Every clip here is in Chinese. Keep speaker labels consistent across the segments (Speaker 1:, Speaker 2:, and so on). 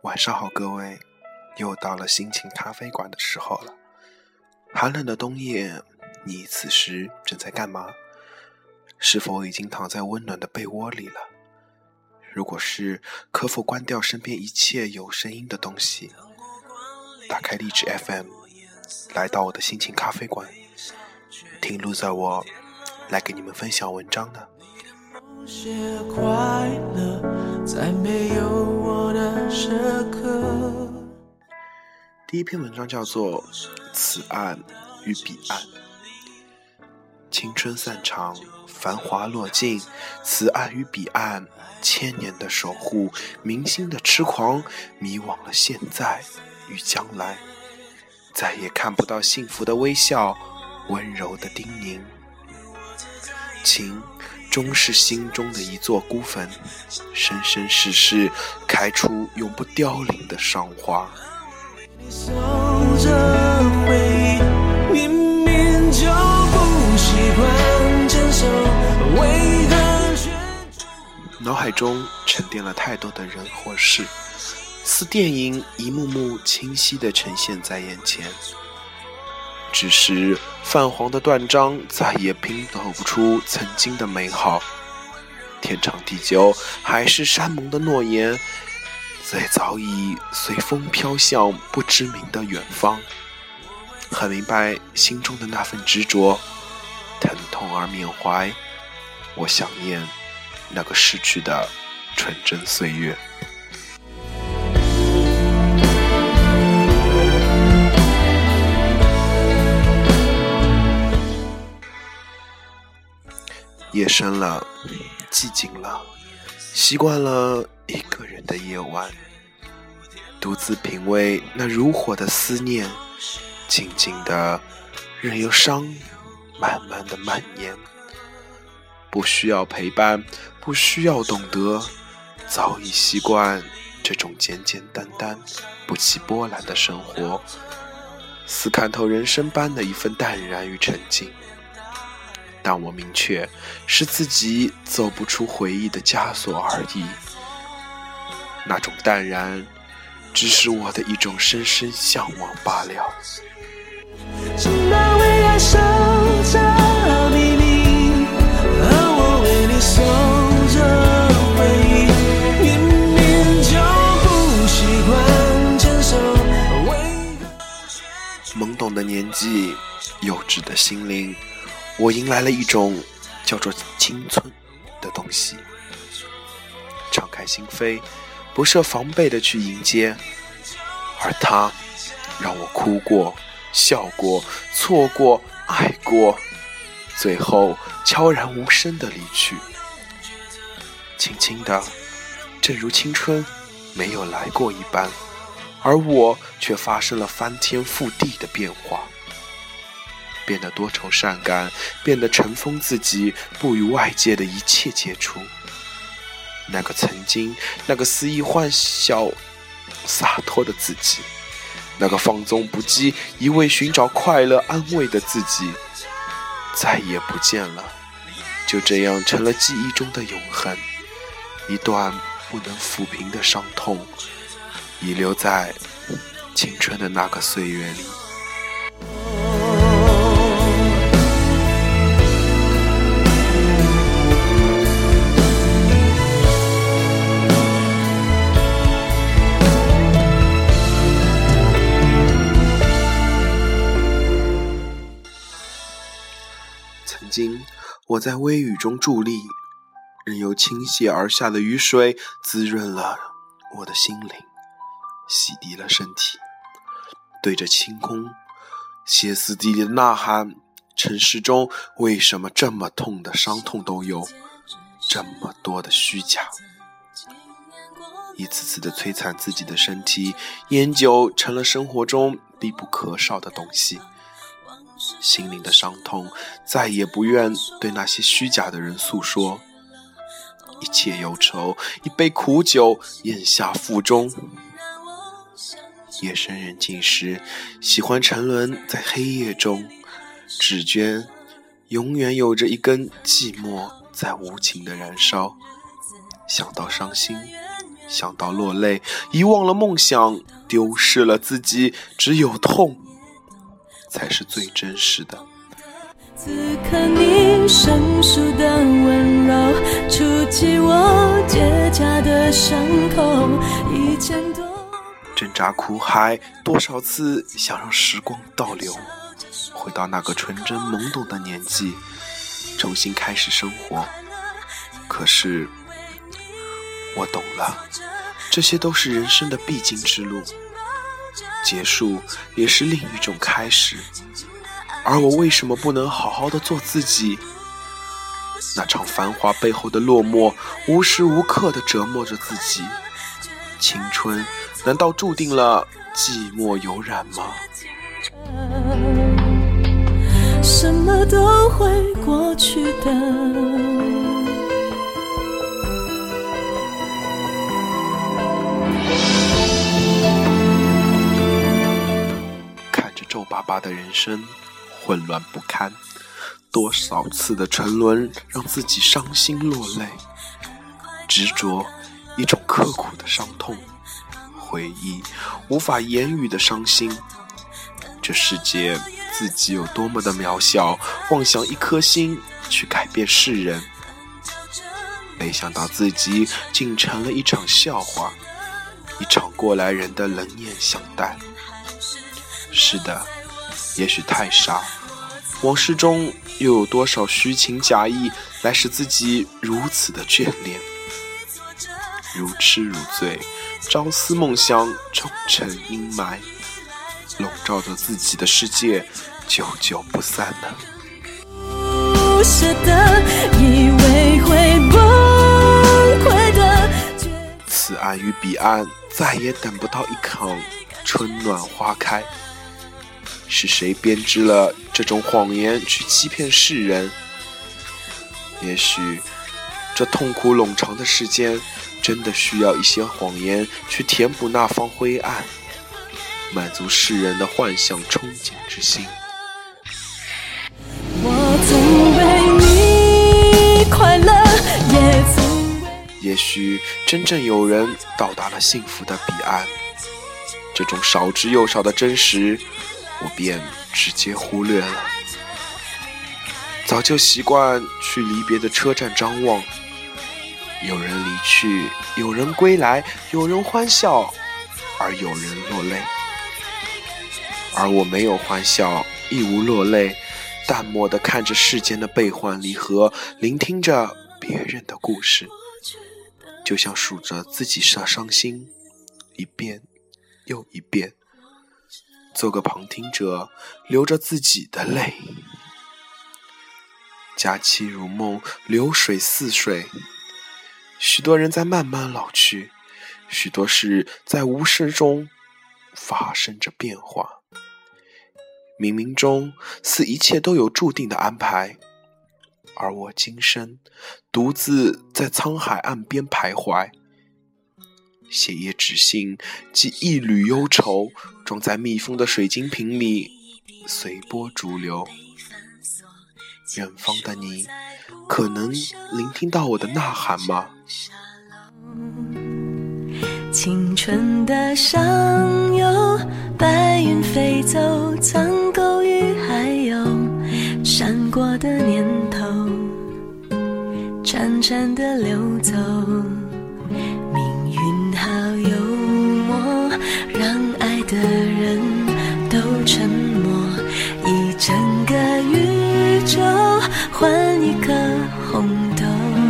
Speaker 1: 晚上好，各位，又到了心情咖啡馆的时候了。寒冷的冬夜，你此时正在干嘛？是否已经躺在温暖的被窝里了？如果是，可否关掉身边一切有声音的东西，打开荔枝 FM， 来到我的心情咖啡馆，听 loser 我来给你们分享文章呢。些快乐在没有我的时刻。第一篇文章叫做此岸与彼岸。青春散场，繁华落尽，此岸与彼岸，千年的守护，明星的痴狂，迷惘了现在与将来，再也看不到幸福的微笑，温柔的叮咛。情终是心中的一座孤坟，生生世世开出永不凋零的伤花。脑海中沉淀了太多的人或事，似电影一幕幕清晰地呈现在眼前。只是泛黄的断章再也拼凑不出曾经的美好，天长地久海誓山盟的诺言在早已随风飘向不知名的远方。很明白心中的那份执着，疼痛而缅怀，我想念那个逝去的纯真岁月。夜深了，寂静了，习惯了一个人的夜晚，独自品味那如火的思念，静静的任由伤慢慢的蔓延。不需要陪伴，不需要懂得，早已习惯这种简简单单不起波澜的生活，似看透人生般的一份淡然与沉静。但我明确是自己走不出回忆的枷锁而已，那种淡然只是我的一种深深向往罢了。真的为爱守着秘密，而我为你守着回忆，明明就不习惯承受。懵懂的年纪，幼稚的心灵，我迎来了一种叫做青春的东西，敞开心扉，不设防备地去迎接，而它让我哭过，笑过，错过，爱过，最后悄然无声地离去，轻轻的，正如青春没有来过一般，而我却发生了翻天覆地的变化，变得多愁善感，变得尘封自己，不与外界的一切接触。那个曾经，那个肆意欢笑洒脱的自己，那个放纵不羁一味寻找快乐安慰的自己，再也不见了，就这样成了记忆中的永恒，一段不能抚平的伤痛，遗留在青春的那个岁月里。曾经我在微雨中伫立，任由倾泻而下的雨水滋润了我的心灵，洗涤了身体，对着晴空歇斯底里的呐喊，城市中为什么这么痛的伤痛都有，这么多的虚假，一次次的摧残自己的身体，烟酒成了生活中必不可少的东西。心灵的伤痛再也不愿对那些虚假的人诉说，一切忧愁一杯苦酒咽下腹中。夜深人静时，喜欢沉沦在黑夜中，只觉永远有着一根寂寞在无情的燃烧，想到伤心想到落泪，遗忘了梦想，丢失了自己，只有痛才是最真实的。
Speaker 2: 此刻你生疏的温柔，触及我结痂的伤口，以前多
Speaker 1: 挣扎苦海，多少次想让时光倒流，回到那个纯真懵懂的年纪，重新开始生活。可是我懂了，这些都是人生的必经之路，结束也是另一种开始。而我为什么不能好好的做自己？那场繁华背后的落寞，无时无刻的折磨着自己。青春难道注定了寂寞悠然吗？
Speaker 2: 什么都会过去的。
Speaker 1: 看着皱巴巴的人生混乱不堪，多少次的沉沦让自己伤心落泪，执着一种刻骨的伤痛，回忆无法言语的伤心。这世界自己有多么的渺小，妄想一颗心去改变世人，没想到自己竟成了一场笑话，一场过来人的冷眼相待。是的，也许太傻，往事中又有多少虚情假意来使自己如此的眷恋，如痴如醉，朝思梦想，终成阴霾，笼罩着自己的世界，久久不散呢。
Speaker 2: 不舍得，以为会崩溃的，
Speaker 1: 此岸与彼岸，再也等不到一场春暖花开。是谁编织了这种谎言去欺骗世人？也许这痛苦冗长的世间，真的需要一些谎言去填补那方灰暗，满足世人的幻想憧憬之心。
Speaker 2: 我曾为你快乐，也曾为
Speaker 1: 也许真正有人到达了幸福的彼岸，这种少之又少的真实，我便直接忽略了。早就习惯去离别的车站张望，有人离去，有人归来，有人欢笑，而有人落泪。而我没有欢笑，亦无落泪，淡漠地看着世间的悲欢离合，聆听着别人的故事，就像数着自己的伤心，一遍又一遍，做个旁听者，流着自己的泪。假期如梦，流水似水，许多人在慢慢老去，许多事在无声中发生着变化。冥冥中似一切都有注定的安排，而我今生独自在沧海岸边徘徊，写页纸信，寄一缕忧愁，装在密封的水晶瓶里，随波逐流。远方的你，可能聆听到我的呐喊吗？
Speaker 2: 青春的上游，白云飞走，苍狗与海鸥，闪过的年头，潺潺的流走。命运好幽默，让爱的人都沉默，一整个宇宙换一个红豆，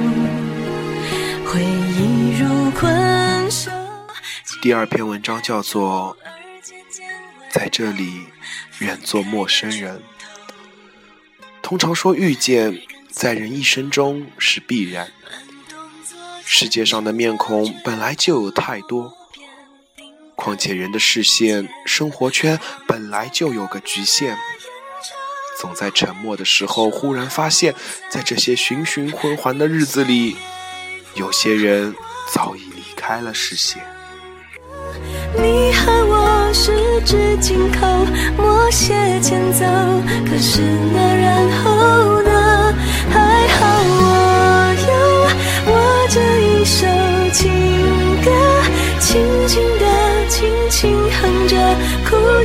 Speaker 2: 回忆如困兽。
Speaker 1: 第二篇文章叫做在这里愿做陌生人。通常说遇见在人一生中是必然，世界上的面孔本来就有太多，况且人的视线生活圈本来就有个局限，总在沉默的时候忽然发现，在这些循循环环的日子里，有些人早已离开了视线。
Speaker 2: 你和我十指紧扣，默写前奏，可是那然后呢？还好我有我这一首情歌。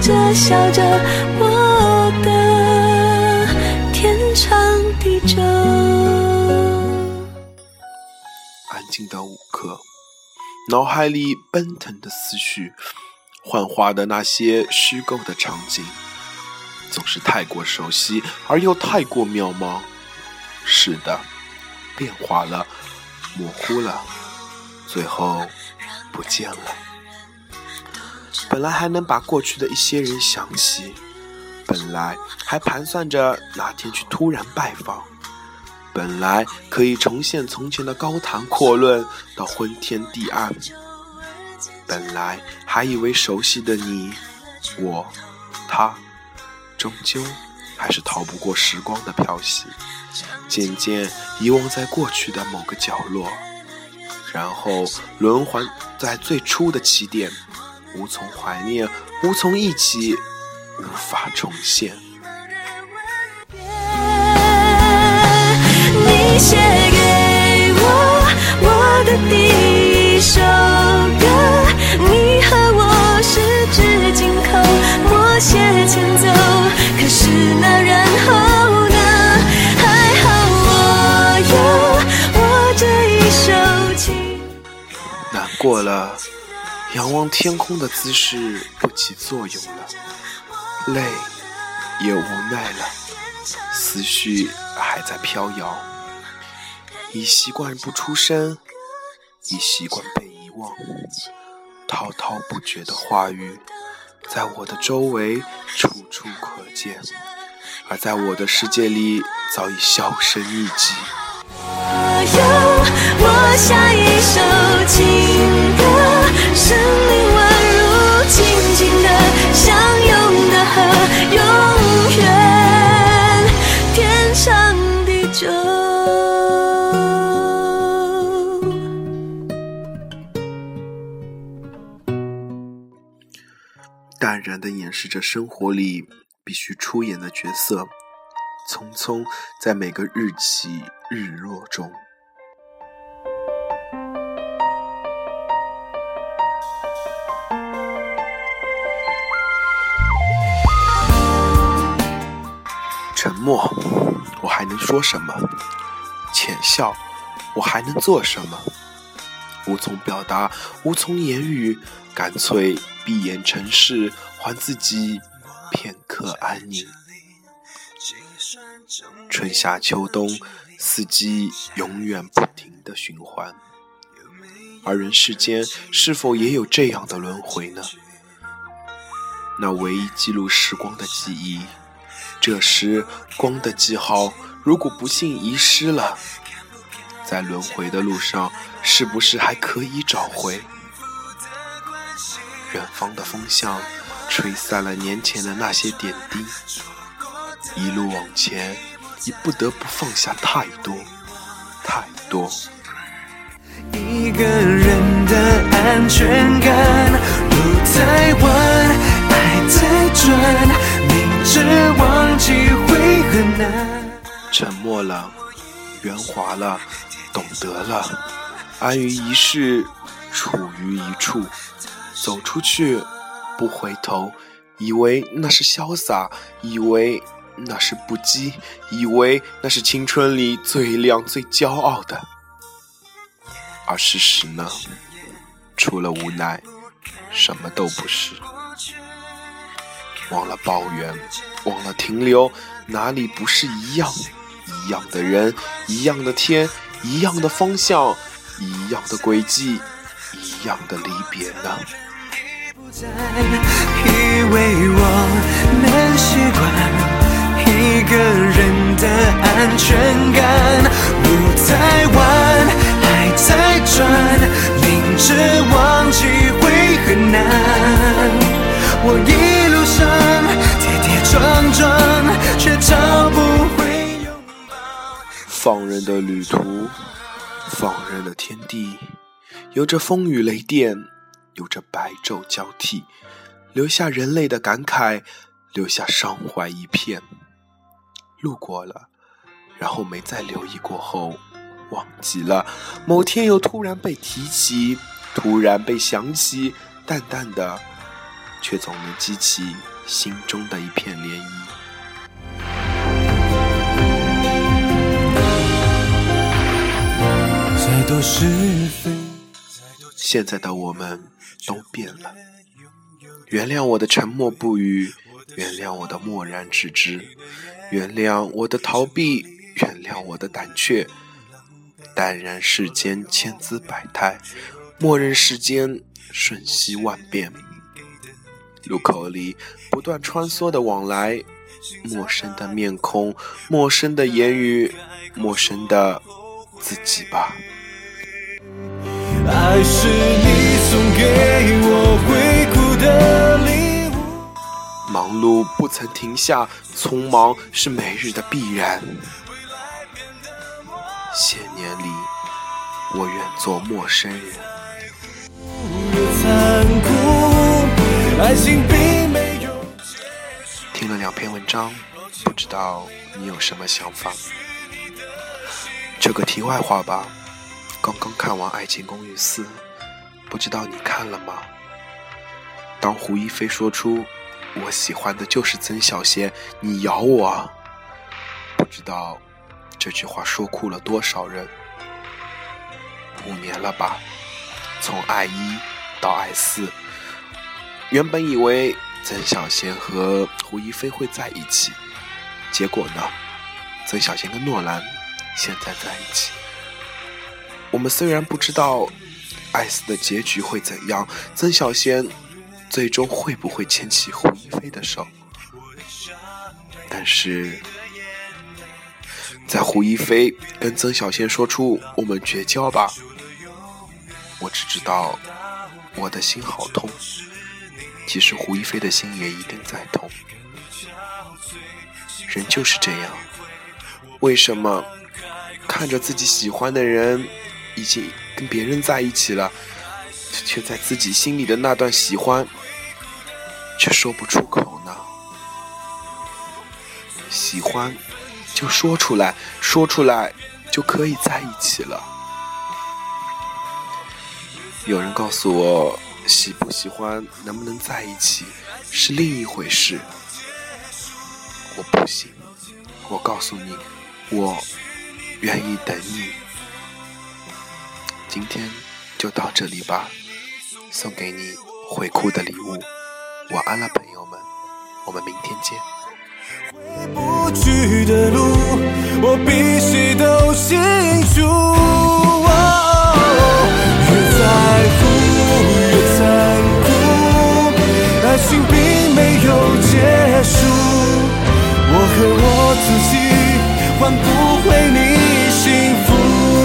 Speaker 2: 着笑着，我的天长地久。
Speaker 1: 安静的5刻，脑海里奔腾的思绪，幻化的那些虚构的场景，总是太过熟悉而又太过渺茫。是的，变化了，模糊了，最后不见了。本来还能把过去的一些人想起，本来还盘算着哪天去突然拜访，本来可以重现从前的高谈阔论到昏天地暗，本来还以为熟悉的你我他，终究还是逃不过时光的漂洗，渐渐遗忘在过去的某个角落，然后轮还在最初的起点，无从怀念，无从忆起，无法重现。
Speaker 2: 你写给我的第一首歌，你和我十指紧扣，默写前奏，可是那然后呢？还好我有我这一首情。
Speaker 1: 难过了，仰望天空的姿势不起作用了，累也无奈了，思绪还在飘摇，已习惯不出声，已习惯被遗忘，滔滔不绝的话语在我的周围处处可见，而在我的世界里早已销声匿迹。
Speaker 2: 我下一首情歌，生命宛如静静的相拥的河，永远天长地久。
Speaker 1: 淡然地掩饰着生活里必须出演的角色，匆匆在每个日起日落中。沉默，我还能说什么？浅笑，我还能做什么？无从表达，无从言语，干脆闭眼沉视，还自己片刻安宁。春夏秋冬，四季永远不停的循环，而人世间是否也有这样的轮回呢？那唯一记录时光的记忆，这时光的记号如果不幸遗失了，在轮回的路上是不是还可以找回？远方的风向吹散了年前的那些点滴，一路往前已不得不放下太多太多。
Speaker 3: 一个人的安全感，路在弯，爱在转，明知忘记会很难。
Speaker 1: 沉默了，圆滑了，懂得了，安于一世，处于一处，走出去不回头，以为那是潇洒，以为那是不羁，以为那是青春里最亮最骄傲的。而事实呢，除了无奈，什么都不是。忘了抱怨，忘了停留，哪里不是一样？一样的人，一样的天，一样的方向，一样的轨迹，一样的离别呢？
Speaker 3: 以为我能习惯一个人的安全感，路在弯，爱在转，明知忘记会很难。我一路上跌跌撞撞，却找不回拥抱。
Speaker 1: 放任的旅途，放任的天地，有着风雨雷电，有着白昼交替，留下人类的感慨，留下伤怀一片。路过了，然后没再留意过后，忘记了，某天又突然被提起，突然被想起，淡淡的，却总能激起心中的一片涟漪。
Speaker 3: 再多是非，
Speaker 1: 现在的我们都变了，原谅我的沉默不语，原谅我的漠然置之，原谅我的逃避，原谅我的胆怯，淡然世间千姿百态，默认世间瞬息万变。路口里不断穿梭的往来，陌生的面孔，陌生的言语，陌生的自己吧。
Speaker 3: 爱是你送给我回顾的礼物。
Speaker 1: 忙碌不曾停下，匆忙是每日的必然。些年里，我愿做陌生人。
Speaker 3: 残酷，爱情并没有。
Speaker 1: 听了2篇文章，不知道你有什么想法？这个题外话吧，刚刚看完《爱情公寓4》，不知道你看了吗？当胡一菲说出我喜欢的就是曾小贤，你咬我啊，不知道这句话说哭了多少人。5年了吧，从爱1到爱4，原本以为曾小贤和胡一菲会在一起，结果呢，曾小贤跟诺兰现在在一起。我们虽然不知道爱4的结局会怎样，曾小贤最终会不会牵起胡一菲的手，但是在胡一菲跟曾小贤说出我们绝交吧，我只知道我的心好痛，其实胡一菲的心也一定在痛。人就是这样，为什么看着自己喜欢的人已经跟别人在一起了，却在自己心里的那段喜欢却说不出口呢？喜欢就说出来，说出来就可以在一起了。有人告诉我，喜不喜欢能不能在一起是另一回事。我不信，我告诉你，我愿意等你。今天就到这里吧，送给你会哭的礼物。晚安了，朋友们，我们明天见。
Speaker 3: 回不去的路，我比谁都清楚。越在乎越残酷，爱情并没有结束。我和我自己换不回你幸福，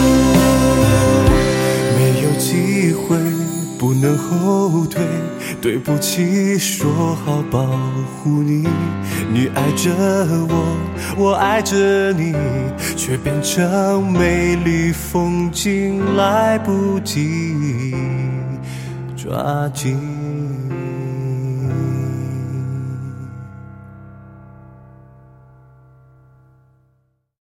Speaker 3: 没有机会，不能后退，对不起，说好保护你。你爱着我，我爱着你，却变成美丽风景，来不及抓紧。